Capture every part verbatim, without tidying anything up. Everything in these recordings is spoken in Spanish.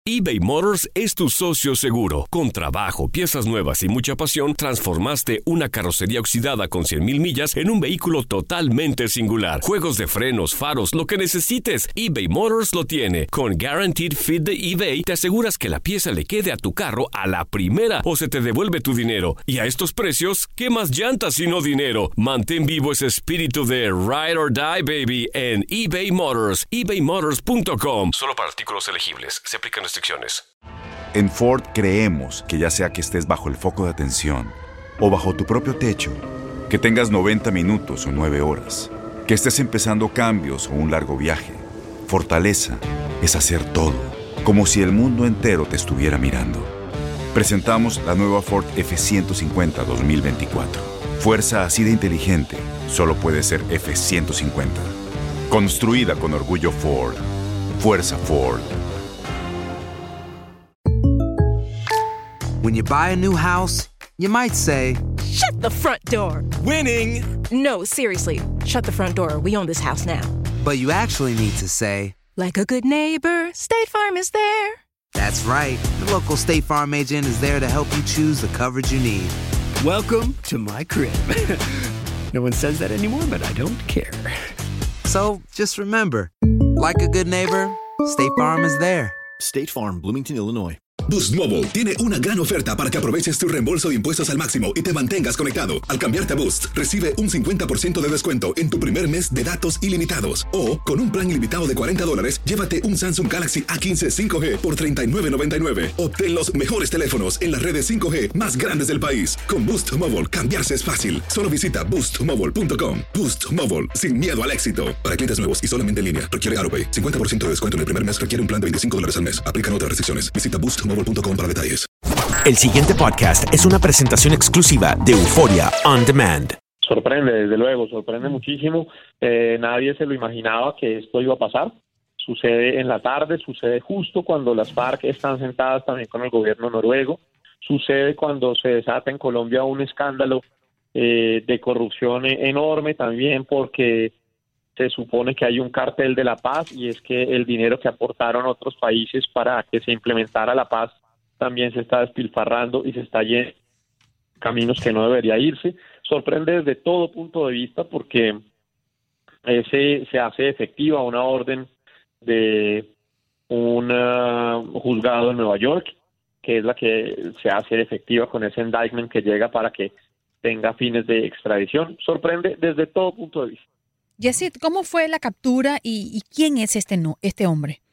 eBay Motors es tu socio seguro. Con trabajo, piezas nuevas y mucha pasión, transformaste una carrocería oxidada con cien mil millas en un vehículo totalmente singular. Juegos de frenos, faros, lo que necesites, eBay Motors lo tiene. Con Guaranteed Fit de eBay, te aseguras que la pieza le quede a tu carro a la primera o se te devuelve tu dinero. Y a estos precios, ¿qué más llantas sino dinero? Mantén vivo ese espíritu de Ride or Die, baby, en eBay Motors. ebay motors punto com. Solo para artículos elegibles. Se aplican restricciones. En Ford creemos que ya sea que estés bajo el foco de atención o bajo tu propio techo, que tengas noventa minutos o nueve horas, que estés empezando cambios o un largo viaje, fortaleza es hacer todo, como si el mundo entero te estuviera mirando. Presentamos la nueva Ford F ciento cincuenta dos mil veinticuatro. Fuerza así de inteligente solo puede ser F ciento cincuenta. Construida con orgullo Ford. Fuerza Ford. When you buy a new house, you might say, "Shut the front door!" Winning! No, seriously, shut the front door. We own this house now. But you actually need to say, "Like a good neighbor, State Farm is there." That's right. The local State Farm agent is there to help you choose the coverage you need. Welcome to my crib. No one says that anymore, but I don't care. So just remember, like a good neighbor, State Farm is there. State Farm, Bloomington, Illinois. Boost Mobile tiene una gran oferta para que aproveches tu reembolso de impuestos al máximo y te mantengas conectado. Al cambiarte a Boost, recibe un cincuenta por ciento de descuento en tu primer mes de datos ilimitados. O, con un plan ilimitado de cuarenta dólares, llévate un Samsung Galaxy A quince cinco G por treinta y nueve noventa y nueve. Obtén los mejores teléfonos en las redes cinco G más grandes del país. Con Boost Mobile, cambiarse es fácil. Solo visita boost mobile punto com. Boost Mobile, sin miedo al éxito. Para clientes nuevos y solamente en línea, requiere AutoPay. cincuenta por ciento de descuento en el primer mes requiere un plan de veinticinco dólares al mes. Aplican otras restricciones. Visita boost mobile punto com para detalles. El siguiente podcast es una presentación exclusiva de Euforia On Demand. Sorprende, desde luego, sorprende muchísimo. Eh, nadie se lo imaginaba que esto iba a pasar. Sucede en la tarde, sucede justo cuando las FARC están sentadas también con el gobierno noruego. Sucede cuando se desata en Colombia un escándalo eh, de corrupción enorme también, porque se supone que hay un cartel de la paz, y es que el dinero que aportaron otros países para que se implementara la paz también se está despilfarrando y se está yendo caminos que no debería irse. Sorprende desde todo punto de vista porque eh, se, se hace efectiva una orden de un uh, juzgado en Nueva York, que es la que se hace efectiva con ese indictment que llega para que tenga fines de extradición. Sorprende desde todo punto de vista. Yesid, ¿cómo fue la captura y, y quién es este, no, este hombre?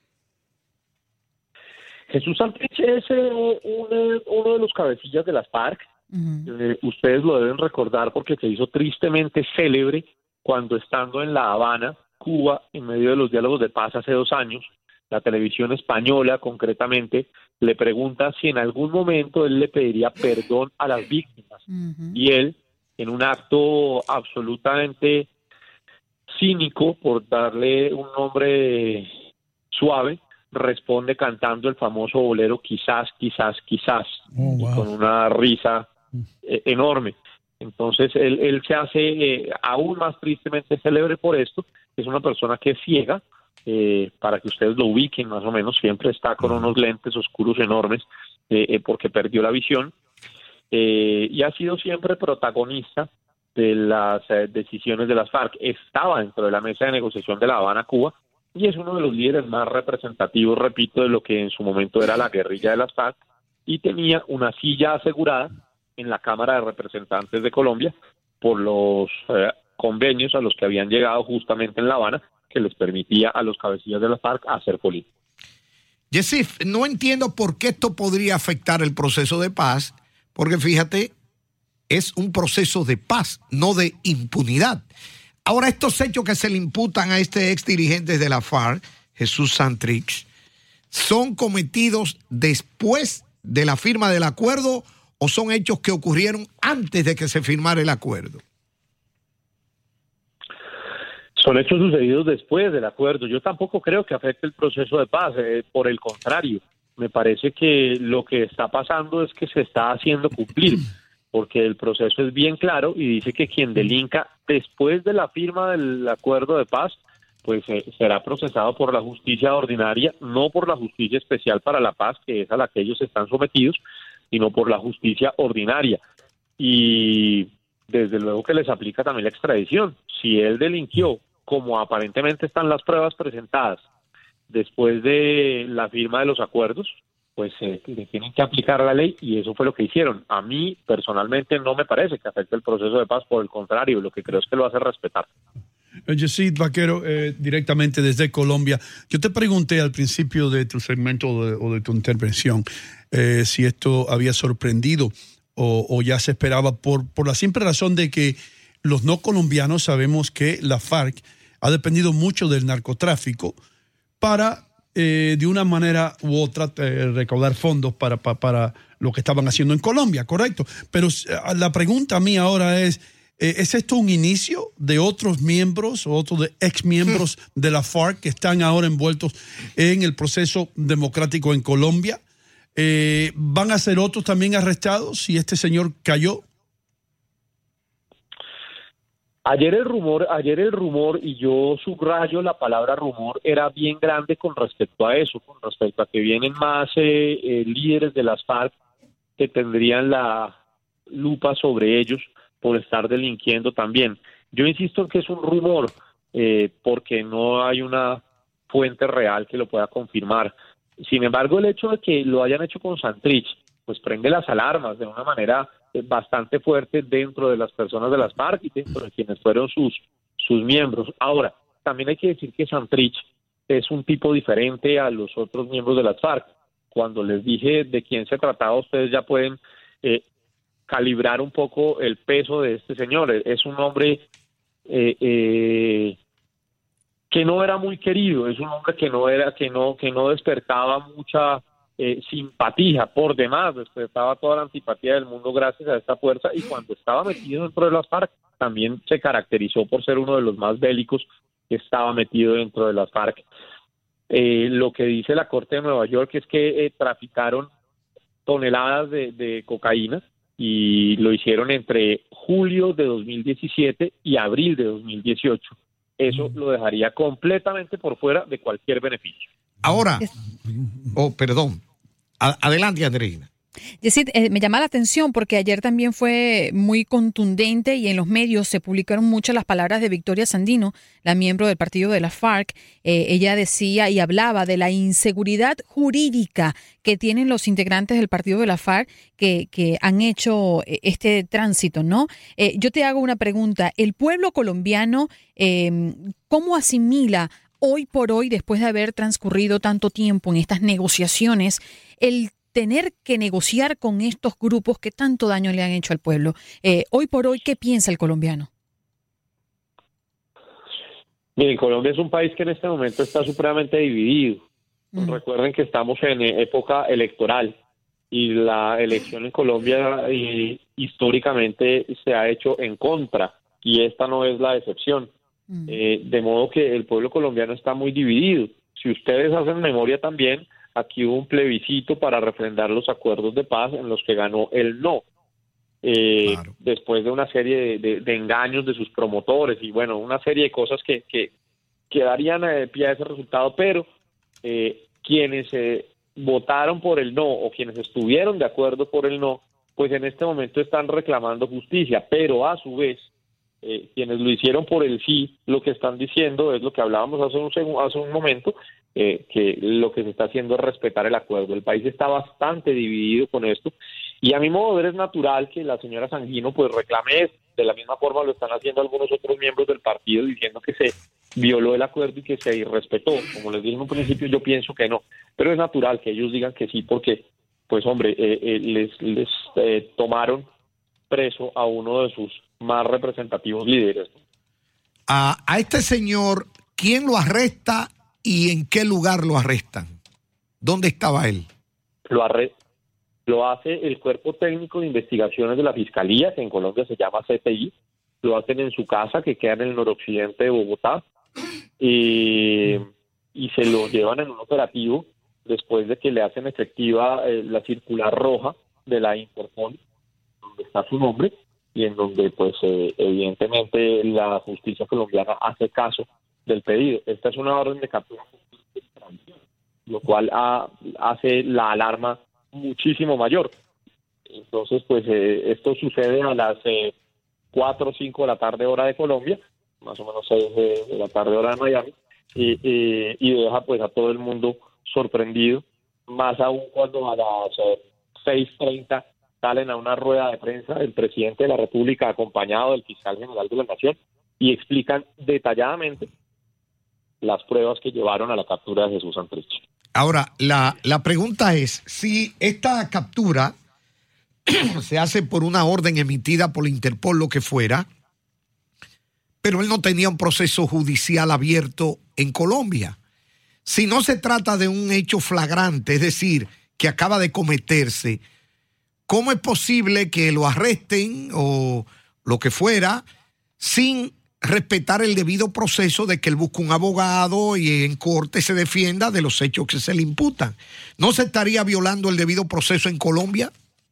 Jesús Santrich es eh, uno, uno de los cabecillas de las FARC. Uh-huh. Eh, ustedes lo deben recordar porque se hizo tristemente célebre cuando, estando en La Habana, Cuba, en medio de los diálogos de paz hace dos años, la televisión española concretamente le pregunta si en algún momento él le pediría perdón a las víctimas. Uh-huh. Y él, en un acto absolutamente cínico, por darle un nombre suave, responde cantando el famoso bolero Quizás, quizás, quizás, oh, wow. con una risa eh, enorme. Entonces él, él se hace eh, aún más tristemente célebre por esto. Es una persona que es ciega, eh, para que ustedes lo ubiquen más o menos, siempre está con unos lentes oscuros enormes eh, eh, porque perdió la visión, eh, y ha sido siempre protagonista de las eh, decisiones de las FARC. Estaba dentro de la mesa de negociación de La Habana, Cuba, y es uno de los líderes más representativos, repito, de lo que en su momento era la guerrilla de las FARC, y tenía una silla asegurada en la Cámara de Representantes de Colombia por los eh, convenios a los que habían llegado justamente en La Habana, que les permitía a los cabecillas de las FARC hacer política. Yesif, no entiendo por qué esto podría afectar el proceso de paz, porque fíjate, es un proceso de paz, no de impunidad. Ahora, estos hechos que se le imputan a este ex dirigente de la FARC, Jesús Santrich, ¿son cometidos después de la firma del acuerdo o son hechos que ocurrieron antes de que se firmara el acuerdo? Son hechos sucedidos después del acuerdo. Yo tampoco creo que afecte el proceso de paz, eh, por el contrario. Me parece que lo que está pasando es que se está haciendo cumplir, porque el proceso es bien claro y dice que quien delinca después de la firma del acuerdo de paz pues eh, será procesado por la justicia ordinaria, no por la justicia especial para la paz, que es a la que ellos están sometidos, sino por la justicia ordinaria. Y desde luego que les aplica también la extradición. Si él delinquió, como aparentemente están las pruebas presentadas, después de la firma de los acuerdos, pues eh, le tienen que aplicar la ley, y eso fue lo que hicieron. A mí, personalmente, no me parece que afecte el proceso de paz, por el contrario, lo que creo es que lo hace respetar. Yesid Vaquero, eh, directamente desde Colombia. Yo te pregunté al principio de tu segmento o de, o de tu intervención eh, si esto había sorprendido o, o ya se esperaba, por, por la simple razón de que los no colombianos sabemos que la FARC ha dependido mucho del narcotráfico para, eh, de una manera u otra, eh, recaudar fondos para, para, para lo que estaban haciendo en Colombia, ¿correcto? Pero eh, la pregunta a mí ahora es, eh, ¿es esto un inicio de otros miembros o otros de ex miembros hmm. de la FARC que están ahora envueltos en el proceso democrático en Colombia? Eh, ¿Van a ser otros también arrestados si este señor cayó? Ayer el rumor, ayer el rumor, y yo subrayo la palabra rumor, era bien grande con respecto a eso, con respecto a que vienen más eh, eh, líderes de las FARC que tendrían la lupa sobre ellos por estar delinquiendo también. Yo insisto en que es un rumor, eh, porque no hay una fuente real que lo pueda confirmar. Sin embargo, el hecho de que lo hayan hecho con Santrich, pues prende las alarmas de una manera bastante fuerte dentro de las personas de las FARC y dentro de quienes fueron sus, sus miembros. Ahora, también hay que decir que Santrich es un tipo diferente a los otros miembros de las FARC. Cuando les dije de quién se trataba, ustedes ya pueden eh, calibrar un poco el peso de este señor. Es un hombre eh, eh, que no era muy querido, es un hombre que no era, que no, que no despertaba mucha Eh, simpatía, por demás, estaba toda la antipatía del mundo gracias a esta fuerza, y cuando estaba metido dentro de las FARC también se caracterizó por ser uno de los más bélicos que estaba metido dentro de las FARC. Eh, lo que dice la Corte de Nueva York es que eh, traficaron toneladas de, de cocaína, y lo hicieron entre julio de dos mil diecisiete y abril de dos mil dieciocho. Eso lo dejaría completamente por fuera de cualquier beneficio. Ahora, oh, perdón, adelante, Andreina. Yesid, eh, me llama la atención porque ayer también fue muy contundente y en los medios se publicaron muchas las palabras de Victoria Sandino, la miembro del partido de la FARC. Eh, ella decía y hablaba de la inseguridad jurídica que tienen los integrantes del partido de la FARC que, que han hecho este tránsito, ¿no? Eh, yo te hago una pregunta. ¿El pueblo colombiano eh, cómo asimila hoy por hoy, después de haber transcurrido tanto tiempo en estas negociaciones, el tener que negociar con estos grupos que tanto daño le han hecho al pueblo? Eh, hoy por hoy, ¿qué piensa el colombiano? Miren, Colombia es un país que en este momento está supremamente dividido. Mm. Recuerden que estamos en época electoral y la elección en Colombia eh, históricamente se ha hecho en contra, y esta no es la excepción. Eh, de modo que el pueblo colombiano está muy dividido. Si ustedes hacen memoria también, aquí hubo un plebiscito para refrendar los acuerdos de paz en los que ganó el no, eh, claro. después de una serie de, de, de engaños de sus promotores y bueno, una serie de cosas que, que, que darían eh, pie a ese resultado, pero eh, quienes eh, votaron por el no o quienes estuvieron de acuerdo por el no, pues en este momento están reclamando justicia, pero a su vez Eh, quienes lo hicieron por el sí, lo que están diciendo es lo que hablábamos hace un, seg- hace un momento, eh, que lo que se está haciendo es respetar el acuerdo. El país está bastante dividido con esto, y a mi modo de ver es natural que la señora Sandino pues reclame esto. De la misma forma lo están haciendo algunos otros miembros del partido, diciendo que se violó el acuerdo y que se irrespetó. Como les dije en un principio, yo pienso que no, pero es natural que ellos digan que sí, porque pues hombre, eh, eh, les, les eh, tomaron preso a uno de sus más representativos líderes. A, a este señor, ¿quién lo arresta y en qué lugar lo arrestan? ¿Dónde estaba él? Lo, arre- lo hace el Cuerpo Técnico de Investigaciones de la Fiscalía, que en Colombia se llama C T I. Lo hacen en su casa, que queda en el noroccidente de Bogotá, y, y se lo llevan en un operativo después de que le hacen efectiva eh, la circular roja de la Interpol, donde está su nombre, y en donde pues eh, evidentemente la justicia colombiana hace caso del pedido. Esta es una orden de captura, lo cual ha, hace la alarma muchísimo mayor. Entonces, pues eh, esto sucede a las eh, cuatro o cinco de la tarde hora de Colombia, más o menos seis de, de la tarde hora de Miami, y, y, y deja pues a todo el mundo sorprendido, más aún cuando a las eh, seis treinta salen a una rueda de prensa el presidente de la República acompañado del fiscal general de la Nación y explican detalladamente las pruebas que llevaron a la captura de Jesús Santrich. Ahora, la, la pregunta es, si esta captura se hace por una orden emitida por la Interpol, lo que fuera, pero él no tenía un proceso judicial abierto en Colombia. Si no se trata de un hecho flagrante, es decir, que acaba de cometerse, ¿cómo es posible que lo arresten o lo que fuera sin respetar el debido proceso de que él busque un abogado y en corte se defienda de los hechos que se le imputan? ¿No se estaría violando el debido proceso en Colombia?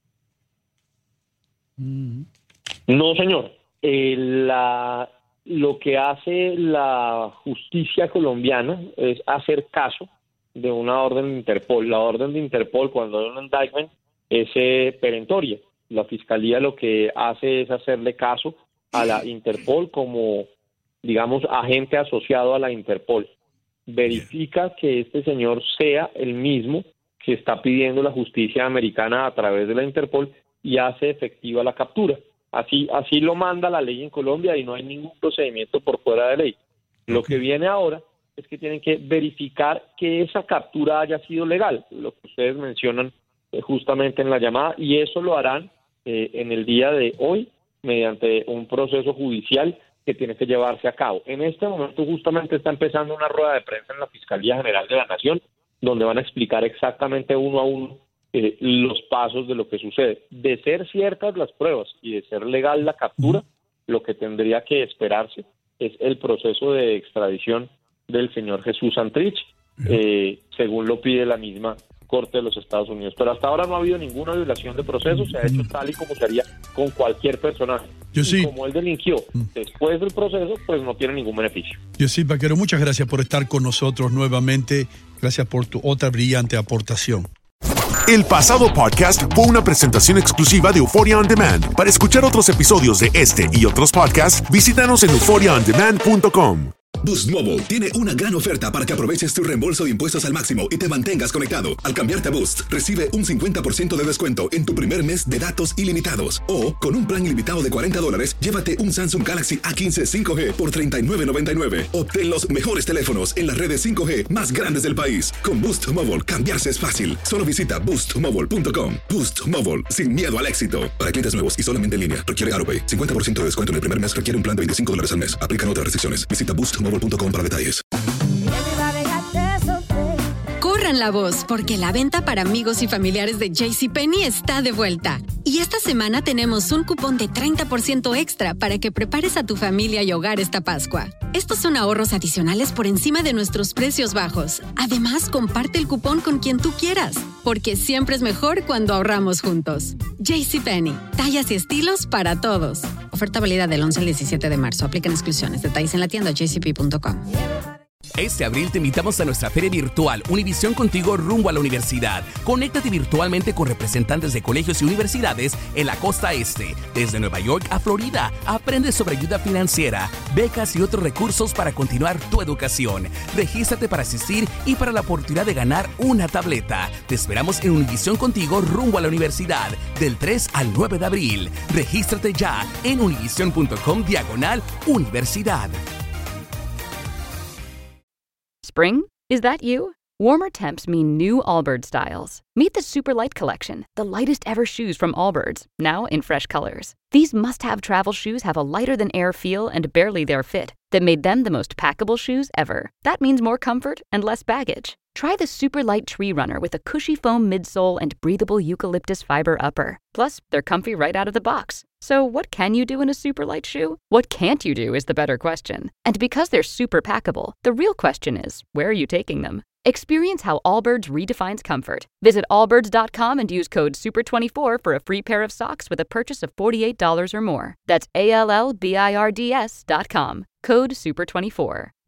No, señor. Eh, la, lo que hace la justicia colombiana es hacer caso de una orden de Interpol. La orden de Interpol, cuando hay un indictment, es eh, perentoria. La fiscalía lo que hace es hacerle caso a la Interpol como, digamos, agente asociado a la Interpol. Verifica que este señor sea el mismo que está pidiendo la justicia americana a través de la Interpol y hace efectiva la captura. Así, así lo manda la ley en Colombia y no hay ningún procedimiento por fuera de ley. Lo que viene ahora es que tienen que verificar que esa captura haya sido legal, lo que ustedes mencionan eh, justamente en la llamada, y eso lo harán eh, en el día de hoy mediante un proceso judicial que tiene que llevarse a cabo. En este momento justamente está empezando una rueda de prensa en la Fiscalía General de la Nación, donde van a explicar exactamente uno a uno eh, los pasos de lo que sucede. De ser ciertas las pruebas y de ser legal la captura, lo que tendría que esperarse es el proceso de extradición del señor Jesús Santrich, eh, según lo pide la misma Corte de los Estados Unidos. Pero hasta ahora no ha habido ninguna violación de proceso, se ha hecho tal y como se haría con cualquier personaje. Yo sí. Y como él delinquió después del proceso, pues no tiene ningún beneficio. Yo sí, Vaquero, muchas gracias por estar con nosotros nuevamente. Gracias por tu otra brillante aportación. El pasado podcast fue una presentación exclusiva de Euphoria On Demand. Para escuchar otros episodios de este y otros podcasts, visítanos en euforia on demand punto com. Boost Mobile tiene una gran oferta para que aproveches tu reembolso de impuestos al máximo y te mantengas conectado. Al cambiarte a Boost, recibe un cincuenta por ciento de descuento en tu primer mes de datos ilimitados. O, con un plan ilimitado de cuarenta dólares, llévate un Samsung Galaxy A quince cinco G por treinta y nueve noventa y nueve. Obtén los mejores teléfonos en las redes cinco G más grandes del país. Con Boost Mobile, cambiarse es fácil. Solo visita boost mobile punto com. Boost Mobile, sin miedo al éxito. Para clientes nuevos y solamente en línea, requiere AutoPay. cincuenta por ciento de descuento en el primer mes requiere un plan de veinticinco dólares al mes. Aplican otras restricciones. Visita boost mobile punto com para detalles. Corran la voz, porque la venta para amigos y familiares de JCPenney está de vuelta. Y esta semana tenemos un cupón de treinta por ciento extra para que prepares a tu familia y hogar esta Pascua. Estos son ahorros adicionales por encima de nuestros precios bajos. Además, comparte el cupón con quien tú quieras, porque siempre es mejor cuando ahorramos juntos. JCPenney, tallas y estilos para todos. Oferta válida del once al diecisiete de marzo. Aplican exclusiones. Detalles en la tienda j c p punto com. Este abril te invitamos a nuestra feria virtual Univisión Contigo rumbo a la universidad. Conéctate virtualmente con representantes de colegios y universidades en la costa este. Desde Nueva York a Florida, aprende sobre ayuda financiera, becas y otros recursos para continuar tu educación. Regístrate para asistir y para la oportunidad de ganar una tableta. Te esperamos en Univisión Contigo rumbo a la universidad del tres al nueve de abril. Regístrate ya en univision punto com diagonal universidad. Spring? Is that you? Warmer temps mean new Allbirds styles. Meet the Super Light Collection, the lightest ever shoes from Allbirds, now in fresh colors. These must-have travel shoes have a lighter-than-air feel and barely-there fit that made them the most packable shoes ever. That means more comfort and less baggage. Try the Super Light Tree Runner with a cushy foam midsole and breathable eucalyptus fiber upper. Plus, they're comfy right out of the box. So what can you do in a super light shoe? What can't you do is the better question. And because they're super packable, the real question is, where are you taking them? Experience how Allbirds redefines comfort. Visit allbirds dot com and use code super twenty-four for a free pair of socks with a purchase of forty-eight dollars or more. That's A L L B I R D S dot com. Code super twenty-four.